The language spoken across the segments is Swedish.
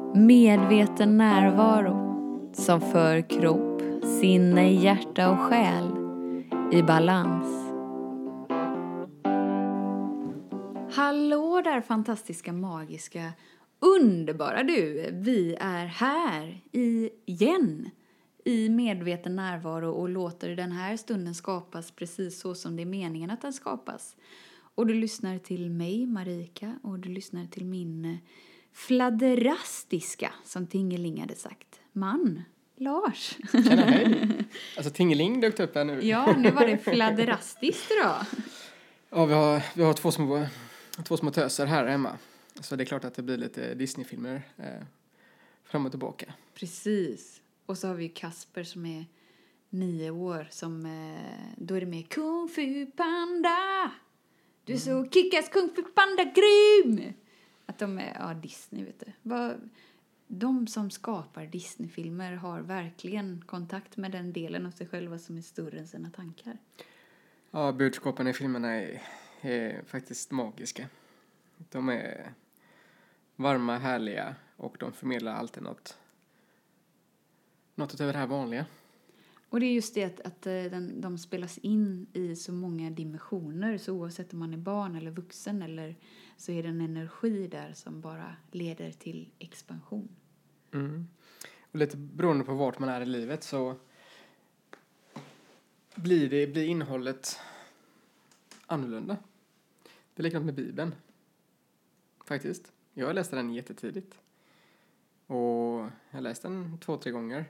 Medveten närvaro som för kropp, sinne, hjärta och själ i balans. Hallå där fantastiska, magiska, underbara du! Vi är här igen i medveten närvaro och låter den här stunden skapas precis så som det är meningen att den skapas. Och du lyssnar till mig, Marika, och du lyssnar till min fladderastiska, som Tingeling hade sagt, man, Lars. Tjena, hej. Alltså Tingeling dök upp här nu. Ja, nu var det fladderastiskt då. Ja, vi har två små töser här hemma. Så det är klart att det blir lite Disney-filmer fram och tillbaka. Precis. Och så har vi Kasper som är 9 år. Som, då är det med Kung Fu Panda. Du är så kickass, Kung Fu Panda, grym! Att de är, Disney vet du. De som skapar Disney-filmer har verkligen kontakt med den delen av sig själva som är större än sina tankar. Ja, budskapen i filmerna är faktiskt magiska. De är varma, härliga och de förmedlar alltid något utöver det här vanliga. Och det är just det att de spelas in i så många dimensioner. Så oavsett om man är barn eller vuxen eller så är det en energi där som bara leder till expansion. Mm. Och lite beroende på vart man är i livet så blir innehållet annorlunda. Det är likadant med Bibeln. Faktiskt. Jag läste den jättetidigt. Och jag läste den 2-3 gånger.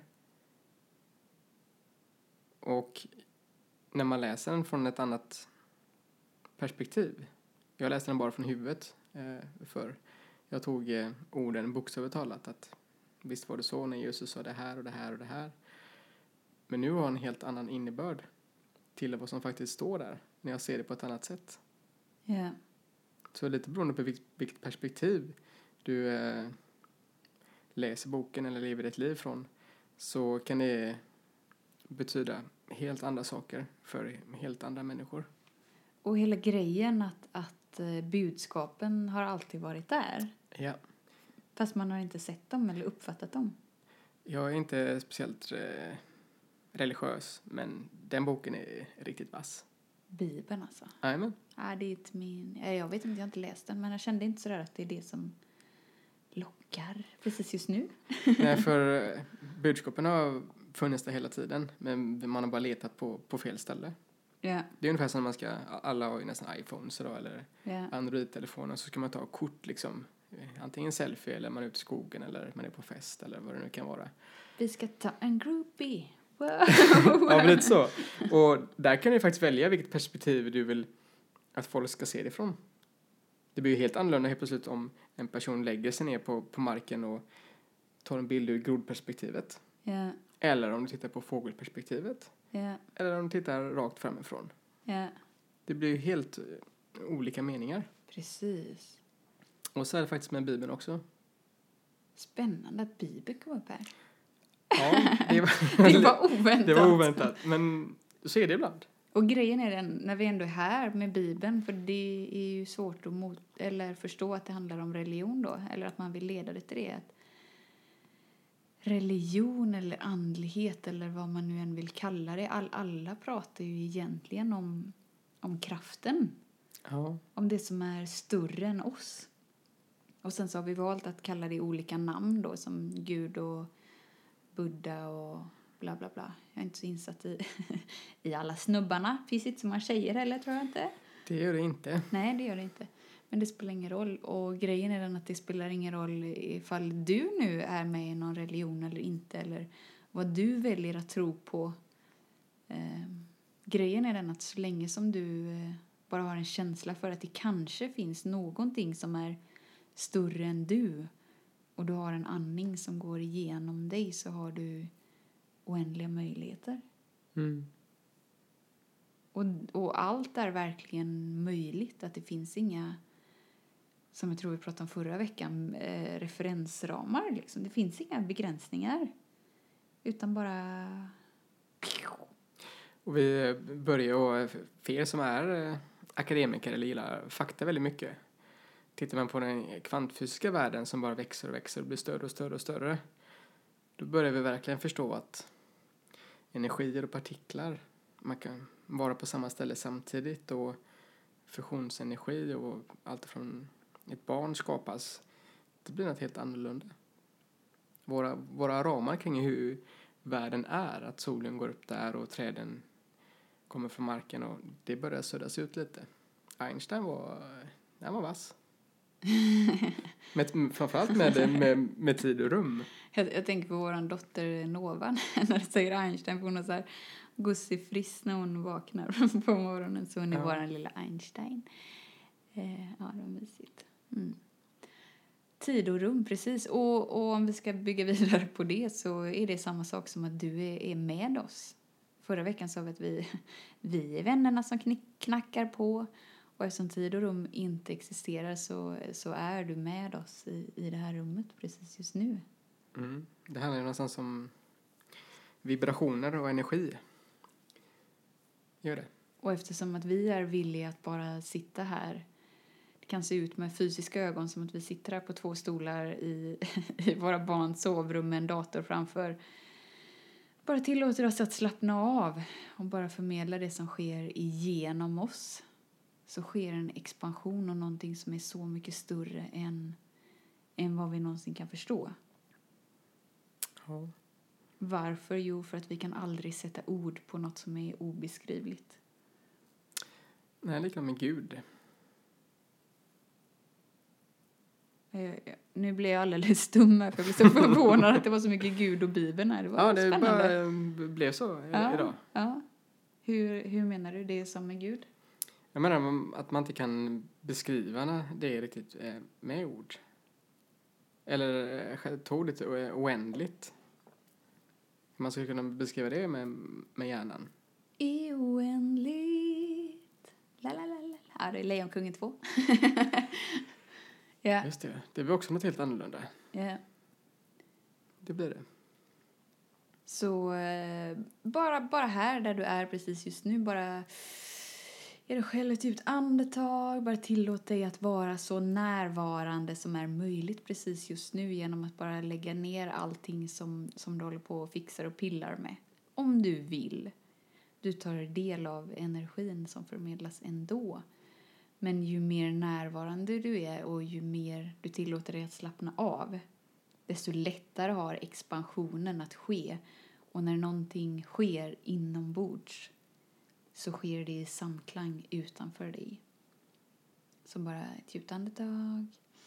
Och när man läser den från ett annat perspektiv. Jag läste den bara från huvudet. För jag tog orden bokstavligt talat. Att visst var det så när Jesus sa det här och det här och det här. Men nu har en helt annan innebörd till vad som faktiskt står där. När jag ser det på ett annat sätt. Yeah. Så lite beroende på vilket perspektiv du läser boken eller lever ditt liv från. Så kan det betyda helt andra saker för helt andra människor. Och hela grejen att budskapen har alltid varit där. Ja. Fast man har inte sett dem eller uppfattat dem. Jag är inte speciellt religiös, men den boken är riktigt vass. Bibeln alltså? Jajamän. Ja, det är jag vet inte, jag har inte läst den, men jag kände inte sådär att det är det som lockar precis just nu. Nej, för budskapen har funnits där hela tiden, men man har bara letat på fel ställe. Yeah. Det är ungefär som man alla har ju nästan iPhones idag, eller Android-telefoner, så ska man ta kort liksom, antingen selfie eller man är ute i skogen eller man är på fest eller vad det nu kan vara. Vi ska ta en groupie. Wow. Ja, men lite så. Och där kan du faktiskt välja vilket perspektiv du vill att folk ska se det ifrån. Det blir ju helt annorlunda helt plötsligt om en person lägger sig ner på marken och tar en bild ur grodperspektivet. Yeah. Eller om du tittar på fågelperspektivet. Yeah. Eller om du tittar rakt framifrån. Yeah. Det blir ju helt olika meningar. Precis. Och så är det faktiskt med Bibeln också. Spännande att Bibeln kom upp här. Ja, det var oväntat. Det var oväntat, men så är det ibland. Och grejen är den, när vi ändå är här med Bibeln, för det är ju svårt att förstå att det handlar om religion då, eller att man vill leda det till det. Att religion eller andlighet eller vad man nu än vill kalla det, alla pratar ju egentligen om kraften. Ja. Om det som är större än oss. Och sen så har vi valt att kalla det olika namn då, som Gud och Buddha och bla bla bla. Jag är inte så insatt i alla snubbarna. Finns inte så många tjejer heller, tror jag inte. Det gör det inte. Nej, det gör det inte. Men det spelar ingen roll. Och grejen är den att det spelar ingen roll ifall du nu är med i någon religion eller inte. Eller vad du väljer att tro på. Grejen är den att så länge som du bara har en känsla för att det kanske finns någonting som är större än du. Och du har en andning som går igenom dig, så har du oändliga möjligheter. Mm. Och allt är verkligen möjligt. Att det finns inga, som jag tror vi pratade om förra veckan, referensramar. Liksom. Det finns inga begränsningar. Utan bara... Och vi börjar, och för er som är akademiker eller gillar fakta väldigt mycket, tittar man på den kvantfysiska världen som bara växer och växer och blir större och större och större, då börjar vi verkligen förstå att energier och partiklar, man kan vara på samma ställe samtidigt, och fusionsenergi och allt från ett barn skapas, det blir något helt annorlunda. Våra ramar kring hur världen är, att solen går upp där och träden kommer från marken, och det börjar suddas ut lite. Einstein var vass. Framförallt med tid och rum. Jag tänker på vår dotter Nova när du säger Einstein, för hon har så här gussig frisk när hon vaknar på morgonen, så hon är vår lilla Einstein. Ja, det var mysigt. Tid och rum, precis. Och om vi ska bygga vidare på det, så är det samma sak som att du är med oss. Förra veckan sa vi att vi är vännerna som knackar på. Och eftersom tid och rum inte existerar, så är du med oss i det här rummet precis just nu. Det handlar ju någonstans om vibrationer och energi. Gör det. Och eftersom att vi är villiga att bara sitta här, det kan se ut med fysiska ögon som att vi sitter här på 2 stolar i våra barns sovrum med en dator framför. Bara tillåter oss att slappna av och bara förmedla det som sker igenom oss. Så sker en expansion och någonting som är så mycket större än vad vi någonsin kan förstå. Ja. Varför? Jo, för att vi kan aldrig sätta ord på något som är obeskrivligt. Nej, likadant med Gud. Nu blev jag alldeles stum här, för jag blev så förvånad att det var så mycket Gud och Bibeln här. Det var spännande. Ja, det blev så idag. Ja. Hur menar du det som med Gud? Jag menar att man inte kan beskriva det riktigt med ord. Eller ta ordet oändligt. Man skulle kunna beskriva det med hjärnan. Oändligt. La la la la. Ja, det är Lejonkungen 2. Ja. Just det. Det blir också något helt annorlunda. Ja. Det blir det. Så bara här där du är precis just nu, bara ge dig själv ett djupt andetag. Bara tillåt dig att vara så närvarande som är möjligt precis just nu, genom att bara lägga ner allting som du håller på och fixar och pillar med. Om du vill. Du tar del av energin som förmedlas ändå. Men ju mer närvarande du är och ju mer du tillåter dig att slappna av, desto lättare har expansionen att ske. Och när någonting sker inombords, så sker det i samklang utanför dig. Så bara ett djupt andetag.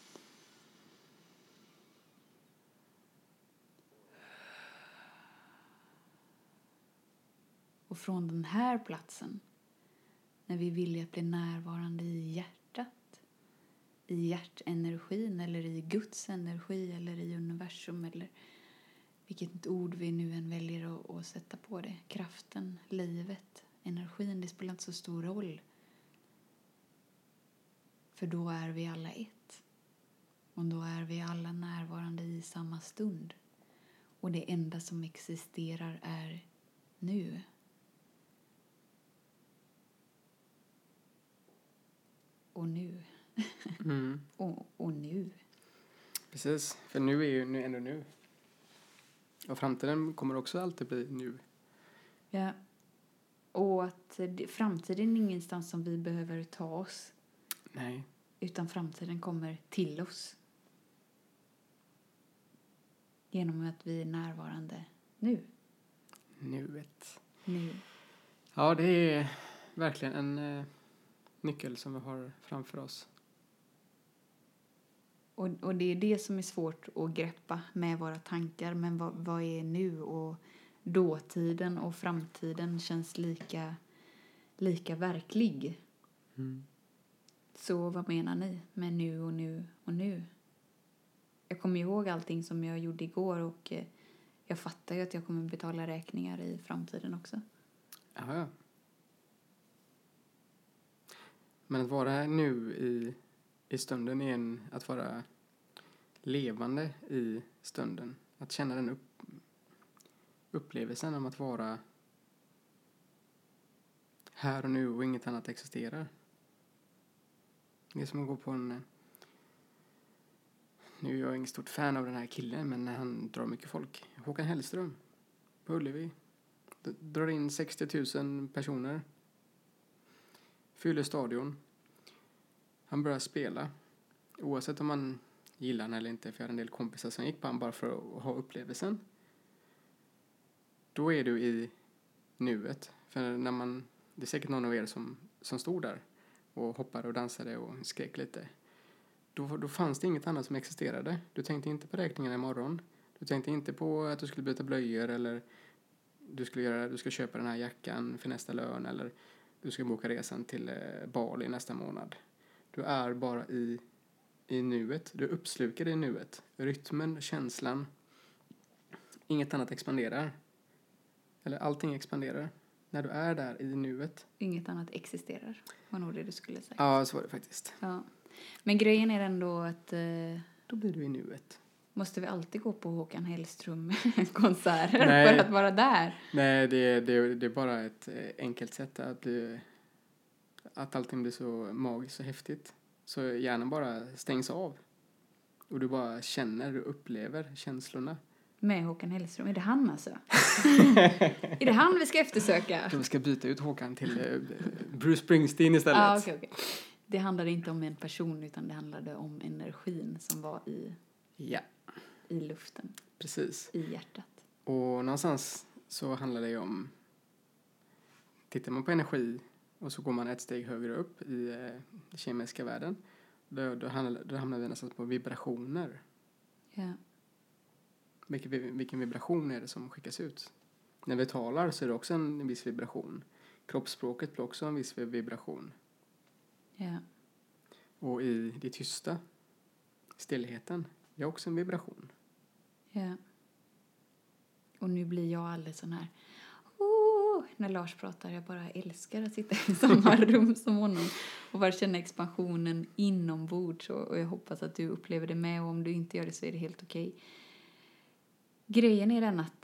Och från den här platsen, när vi vill att bli närvarande i hjärtat, i hjärtenergin eller i Guds energi eller i universum, eller vilket ord vi nu än väljer att sätta på det. Kraften, livet, energin, det spelar inte så stor roll. För då är vi alla ett. Och då är vi alla närvarande i samma stund. Och det enda som existerar är nu. Och nu. och nu. Precis, för nu är ju ändå nu. Och framtiden kommer också alltid bli nu. Ja. Och att framtiden är ingenstans som vi behöver ta oss. Nej. Utan framtiden kommer till oss. Genom att vi är närvarande nu. Nuet. Nu. Ja, det är verkligen en nyckel som vi har framför oss. Och det är det som är svårt att greppa med våra tankar. Men vad är nu? Och dåtiden och framtiden känns lika verklig. Så vad menar ni med nu och nu och nu? Jag kommer ihåg allting som jag gjorde igår, och jag fattar ju att jag kommer betala räkningar i framtiden också. Ja. Men att vara nu i stunden är att vara levande i stunden. Att känna den upplevelsen om att vara här och nu och inget annat existerar. Det är som att gå på en Nu är jag ingen stort fan av den här killen, men han drar mycket folk. Håkan Hellström på Ullevi. Drar in 60 000 personer. Fyller stadion. Han börjar spela. Oavsett om man gillar han eller inte, för jag hade en del kompisar som gick på han bara för att ha upplevelsen. Då är du i nuet. För när det är säkert någon av er som stod där och hoppade och dansade och skrek lite. Då fanns det inget annat som existerade. Du tänkte inte på räkningarna imorgon. Du tänkte inte på att du skulle byta blöjor eller du ska köpa den här jackan för nästa lön eller du ska boka resan till Bali nästa månad. Du är bara i nuet. Du uppslukar i nuet. Rytmen, känslan. Inget annat expanderar. Eller allting expanderar. När du är där i nuet. Inget annat existerar, var nog det du skulle säga. Ja, så var det faktiskt. Ja. Men grejen är ändå att... Då blir du i nuet. Måste vi alltid gå på Håkan Hellström-konserter för att vara där? Nej, det är bara ett enkelt sätt att allting blir så magiskt och häftigt. Så hjärnan bara stängs av. Och du bara känner, du upplever känslorna. Med Håkan Hellström. Är det han alltså? Är det han vi ska eftersöka? Vi ska byta ut Håkan till Bruce Springsteen istället. Ja, okej. Det handlade inte om en person utan det handlade om energin som var i luften. Precis. I hjärtat. Och någonstans så handlar det om, tittar man på energi och så går man ett steg högre upp i den kemiska världen. Då hamnar vi nästan på vibrationer. Ja. Vilken vibration är det som skickas ut? När vi talar så är det också en viss vibration. Kroppsspråket blir också en viss vibration. Ja. Och i det tysta, stillheten, är också en vibration. Ja. Och nu blir jag alldeles sån här... när Lars pratar, jag bara älskar att sitta i samma rum som honom. Och bara känna expansionen inombords. Och jag hoppas att du upplever det med. Och om du inte gör det så är det helt okej. Grejen är den att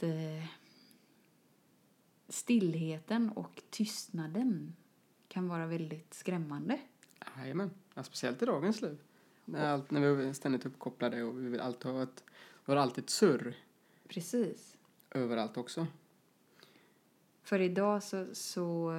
stillheten och tystnaden kan vara väldigt skrämmande. Jajamän, ja, speciellt i dagens liv. När vi är ständigt uppkopplade och vi vill alltid ha ett surr. Precis. Överallt också. För idag så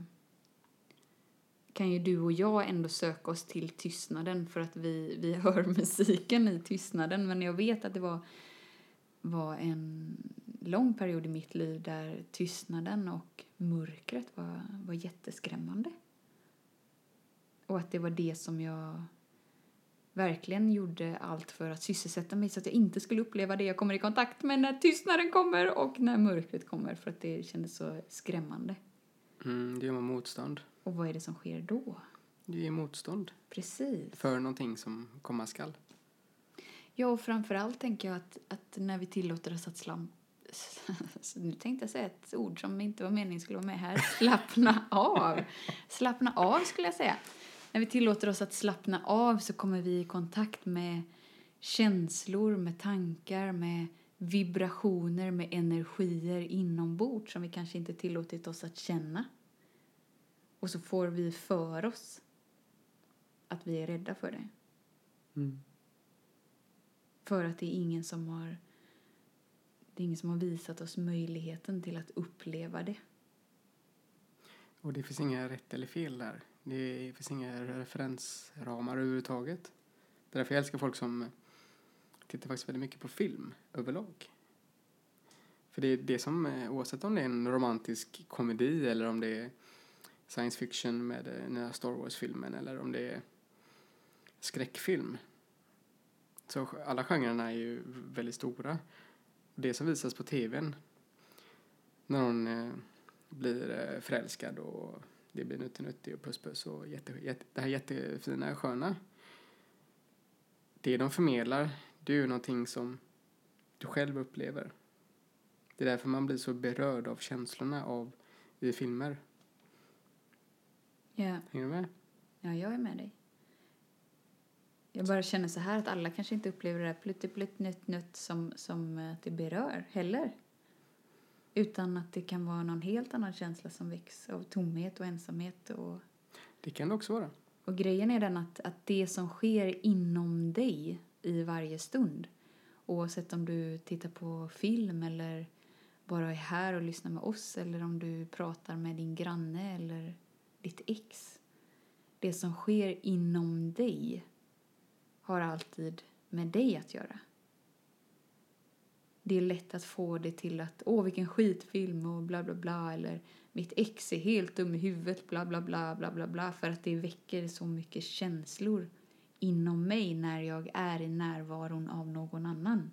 kan ju du och jag ändå söka oss till tystnaden för att vi hör musiken i tystnaden. Men jag vet att det var en lång period i mitt liv där tystnaden och mörkret var jätteskrämmande. Och att det var det som jag verkligen gjorde allt för att sysselsätta mig så att jag inte skulle uppleva det jag kommer i kontakt med när tystnaden kommer och när mörkret kommer, för att det kändes så skrämmande. Det gör man motstånd. Och vad är det som sker då? Det är motstånd. Precis. För någonting som komma skall. Ja, och framförallt tänker jag att när vi tillåter oss att nu tänkte jag säga ett ord som inte var meningen skulle vara med här. Slappna av. Slappna av skulle jag säga. När vi tillåter oss att slappna av så kommer vi i kontakt med känslor, med tankar, med vibrationer, med energier inombords som vi kanske inte tillåtit oss att känna. Och så får vi för oss att vi är rädda för det. Mm. För att det är ingen som har visat oss möjligheten till att uppleva det. Och det finns inga rätt eller fel där. Det finns inga referensramar överhuvudtaget. Det är därför jag älskar folk som tittar faktiskt väldigt mycket på film överlag. För det är det som, oavsett om det är en romantisk komedi eller om det är science fiction med den nya Star Wars-filmen eller om det är skräckfilm. Så alla genrerna är ju väldigt stora. Det som visas på tvn när någon blir förälskad och det blir nutti och puss och det här jättefina sköna. Det de förmedlar, det är ju någonting som du själv upplever. Det är därför man blir så berörd av känslorna i filmer. Ja. Hänger du med? Ja, jag är med dig. Jag bara känner så här att alla kanske inte upplever det här plutt nött som att det berör heller. Utan att det kan vara någon helt annan känsla som väcks av tomhet och ensamhet. Det kan det också vara. Och grejen är den att det som sker inom dig i varje stund. Oavsett om du tittar på film eller bara är här och lyssnar med oss, eller om du pratar med din granne eller ditt ex. Det som sker inom dig har alltid med dig att göra. Det är lätt att få det till att vilken skitfilm och bla bla bla, eller mitt ex är helt dum i huvudet, bla bla bla bla bla bla, för att det väcker så mycket känslor inom mig när jag är i närvaron av någon annan.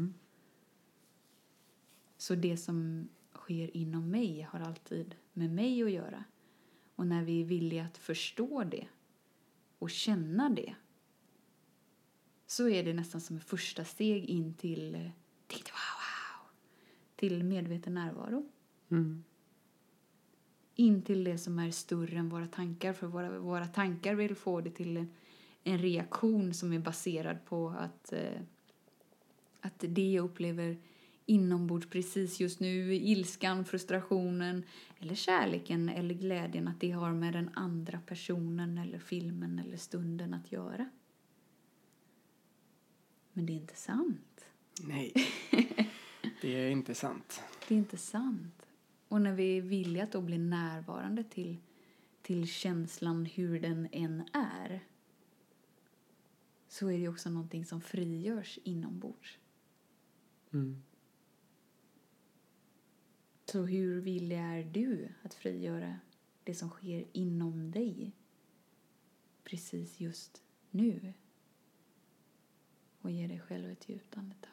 Så det som sker inom mig har alltid med mig att göra. Och när vi är villiga att förstå det och känna det, så är det nästan som ett första steg in till medveten närvaro. In till det som är större än våra tankar. För våra tankar vill få det till en reaktion som är baserad på att det jag upplever inombords precis just nu, ilskan, frustrationen eller kärleken eller glädjen, att det har med den andra personen eller filmen eller stunden att göra. Men det är inte sant. Nej, det är inte sant. Det är inte sant. Och när vi är villiga att då bli närvarande till känslan hur den än är, så är det också någonting som frigörs inombords. Så hur villig är du att frigöra det som sker inom dig precis just nu? Och ge dig själv ett djupt andetag.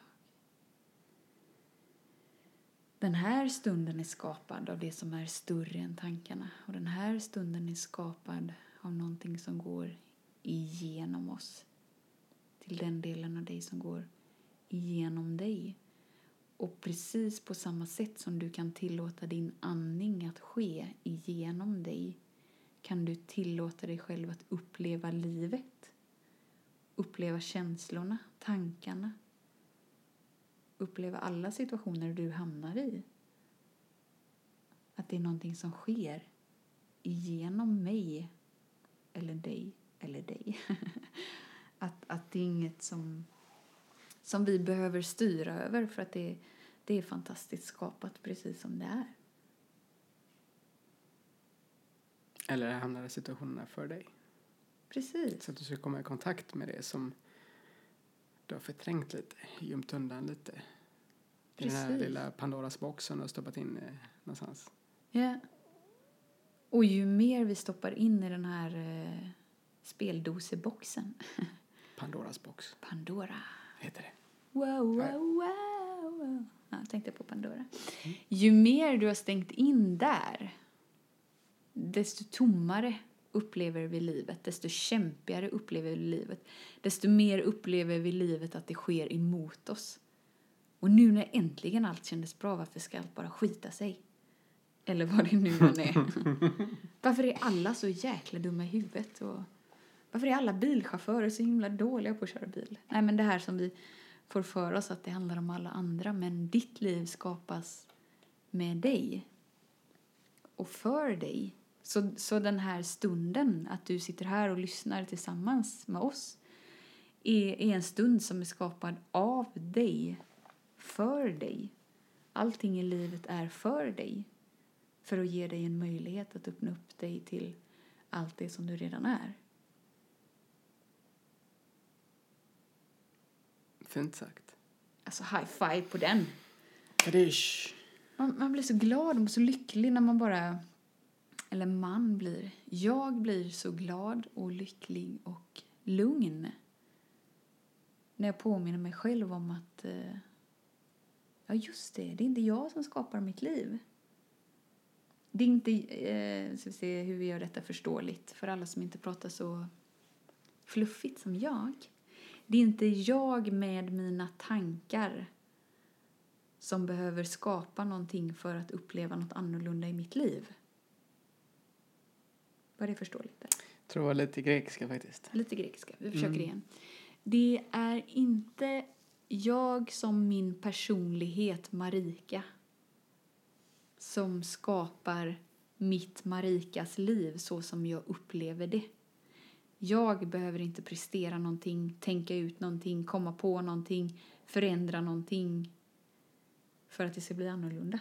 Den här stunden är skapad av det som är större än tankarna. Och den här stunden är skapad av någonting som går igenom oss. Till den delen av dig som går igenom dig. Och precis på samma sätt som du kan tillåta din andning att ske igenom dig, kan du tillåta dig själv att uppleva livet. Uppleva känslorna, tankarna. Uppleva alla situationer du hamnar i. Att det är någonting som sker igenom mig eller dig. Att det är inget som vi behöver styra över, för att det är fantastiskt skapat precis som det är. Eller hamnar situationerna för dig. Precis. Så att du ska komma i kontakt med det som du har förträngt lite, gömt undan lite. I den här lilla Pandoras box som du har stoppat in någonstans. Ja. Och ju mer vi stoppar in i den här speldoseboxen. Pandoras box. Pandora. Heter det. Wow. Ja, jag tänkte på Pandora. Ju mer du har stängt in där, desto tommare upplever vi livet. Desto kämpigare upplever vi livet. Desto mer upplever vi livet att det sker emot oss. Och nu när äntligen allt kändes bra, varför ska allt bara skita sig? Eller vad det nu än är. Varför är alla så jäkla dumma i huvudet? Och varför är alla bilchaufförer så himla dåliga på att köra bil? Nej, men det här som vi får för oss att det handlar om alla andra. Men ditt liv skapas med dig. Och för dig. Så den här stunden, att du sitter här och lyssnar tillsammans med oss, är en stund som är skapad av dig. För dig. Allting i livet är för dig. För att ge dig en möjlighet att öppna upp dig till allt det som du redan är. Fint sagt. Alltså high five på den. Kadish. Man blir så glad och så lycklig när man bara... Eller jag blir så glad och lycklig och lugn. När jag påminner mig själv om att... Ja, just det. Det är inte jag som skapar mitt liv. Det är inte... ska vi se hur vi gör detta förståeligt för alla som inte pratar så fluffigt som jag. Det är inte jag med mina tankar som behöver skapa någonting för att uppleva något annorlunda i mitt liv. Var det förståeligt? Jag tror det var lite grekiska faktiskt. Lite grekiska. Vi försöker igen. Det är inte jag som min personlighet Marika som skapar mitt Marikas liv så som jag upplever det. Jag behöver inte prestera någonting, tänka ut någonting, komma på någonting, förändra någonting för att det ska bli annorlunda.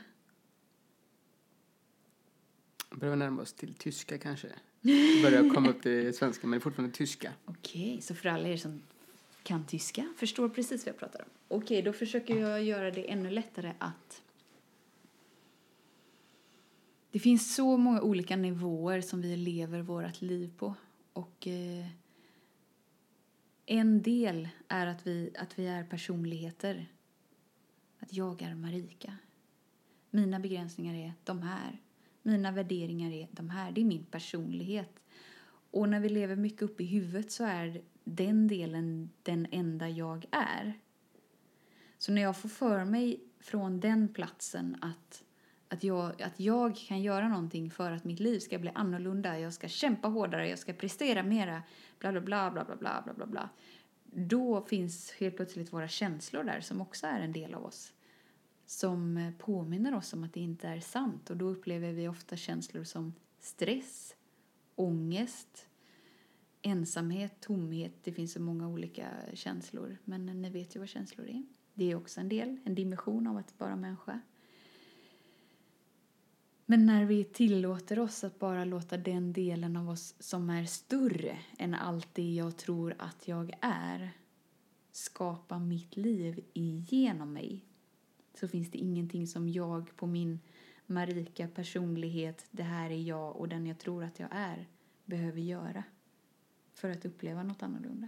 Börjar närma oss till tyska kanske. Börjar komma upp till svenska, men det är fortfarande tyska. Okej, så för alla er som kan tyska, förstår precis vad jag pratar om. Okej, då försöker jag göra det ännu lättare att... Det finns så många olika nivåer som vi lever vårt liv på. Och en del är att vi är personligheter. Att jag är Marika. Mina begränsningar är de här. Mina värderingar är de här. Det är min personlighet. Och när vi lever mycket upp i huvudet så är den delen den enda jag är. Så när jag får för mig från den platsen att jag kan göra någonting för att mitt liv ska bli annorlunda. Jag ska kämpa hårdare, jag ska prestera mera, bla bla bla bla bla bla bla bla bla. Då finns helt plötsligt våra känslor där som också är en del av oss. Som påminner oss om att det inte är sant. Och då upplever vi ofta känslor som stress, ångest, ensamhet, tomhet. Det finns så många olika känslor. Men ni vet ju vad känslor är. Det är också en dimension av att vara människa. Men när vi tillåter oss att bara låta den delen av oss som är större än allt det jag tror att jag är skapa mitt liv igenom mig, så finns det ingenting som jag på min Marika personlighet, det här är jag och den jag tror att jag är, behöver göra för att uppleva något annorlunda.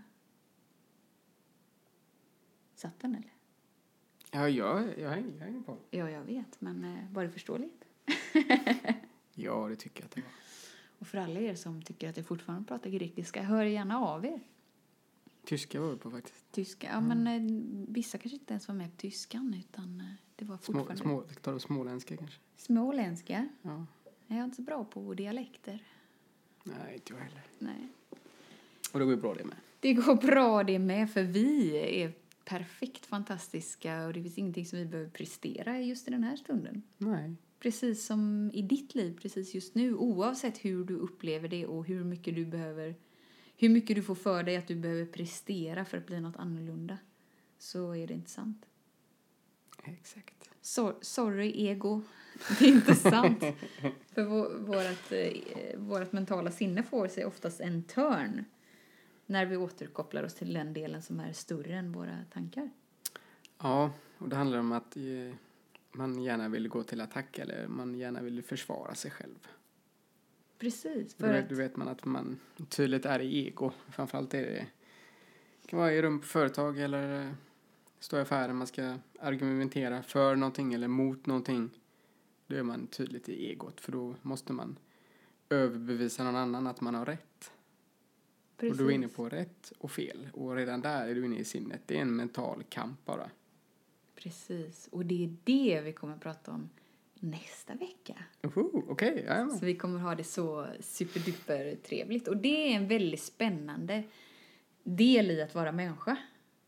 Satt den eller? Ja, jag hänger på. Ja, jag vet, men var det förståeligt? Ja, det tycker jag att det var. Och för alla er som tycker att jag fortfarande pratar grekiska, hör gärna av er. Tyska var det på faktiskt. Tyska, ja men vissa kanske inte ens var med på tyskan utan det var fortfarande... Tar du småländska kanske? Småländska? Ja. Jag är inte så bra på dialekter. Nej, inte jag heller. Nej. Och det går ju bra det med. Det går bra det med, för vi är perfekt fantastiska och det finns ingenting som vi behöver prestera just i den här stunden. Nej. Precis som i ditt liv, precis just nu, oavsett hur du upplever det och hur mycket du får för dig att du behöver prestera för att bli något annorlunda, så är det inte sant. Exakt. Sorry, ego. Det är inte sant. För vårt mentala sinne får sig oftast en törn när vi återkopplar oss till den delen som är större än våra tankar. Ja, och det handlar om att man gärna vill gå till attack eller man gärna vill försvara sig själv. Precis. Då vet man att man tydligt är i ego. Framförallt är det kan vara i rum på företag eller stå i affären. Man ska argumentera för någonting eller mot någonting. Då är man tydligt i egot. För då måste man överbevisa någon annan att man har rätt. Precis. Och du är inne på rätt och fel. Och redan där är du inne i sinnet. Det är en mental kamp bara. Precis. Och det är det vi kommer att prata om nästa vecka. Okej. Så vi kommer ha det så superduper trevligt. Och det är en väldigt spännande del i att vara människa.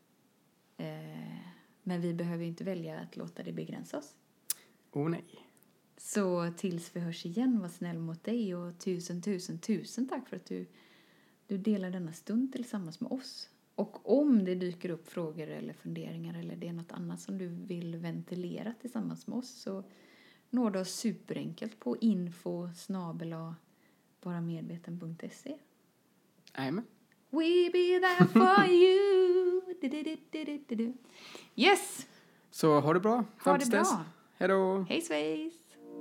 Men vi behöver inte välja att låta det begränsa oss. Nej. Så tills vi hörs igen, var snäll mot dig. Och tusen tack för att du delar denna stund tillsammans med oss. Och om det dyker upp frågor eller funderingar eller det är något annat som du vill ventilera tillsammans med oss, så når du oss superenkelt på info@varamedveten.se. Amen. We be there for you. Yes! Så ha det bra. Ha det bra. Hej då. Hej svejs.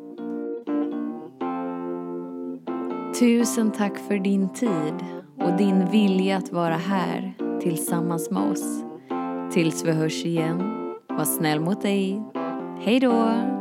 Tusen tack för din tid och din vilja att vara här tillsammans med oss. Tills vi hörs igen, var snäll mot dig. Hej då!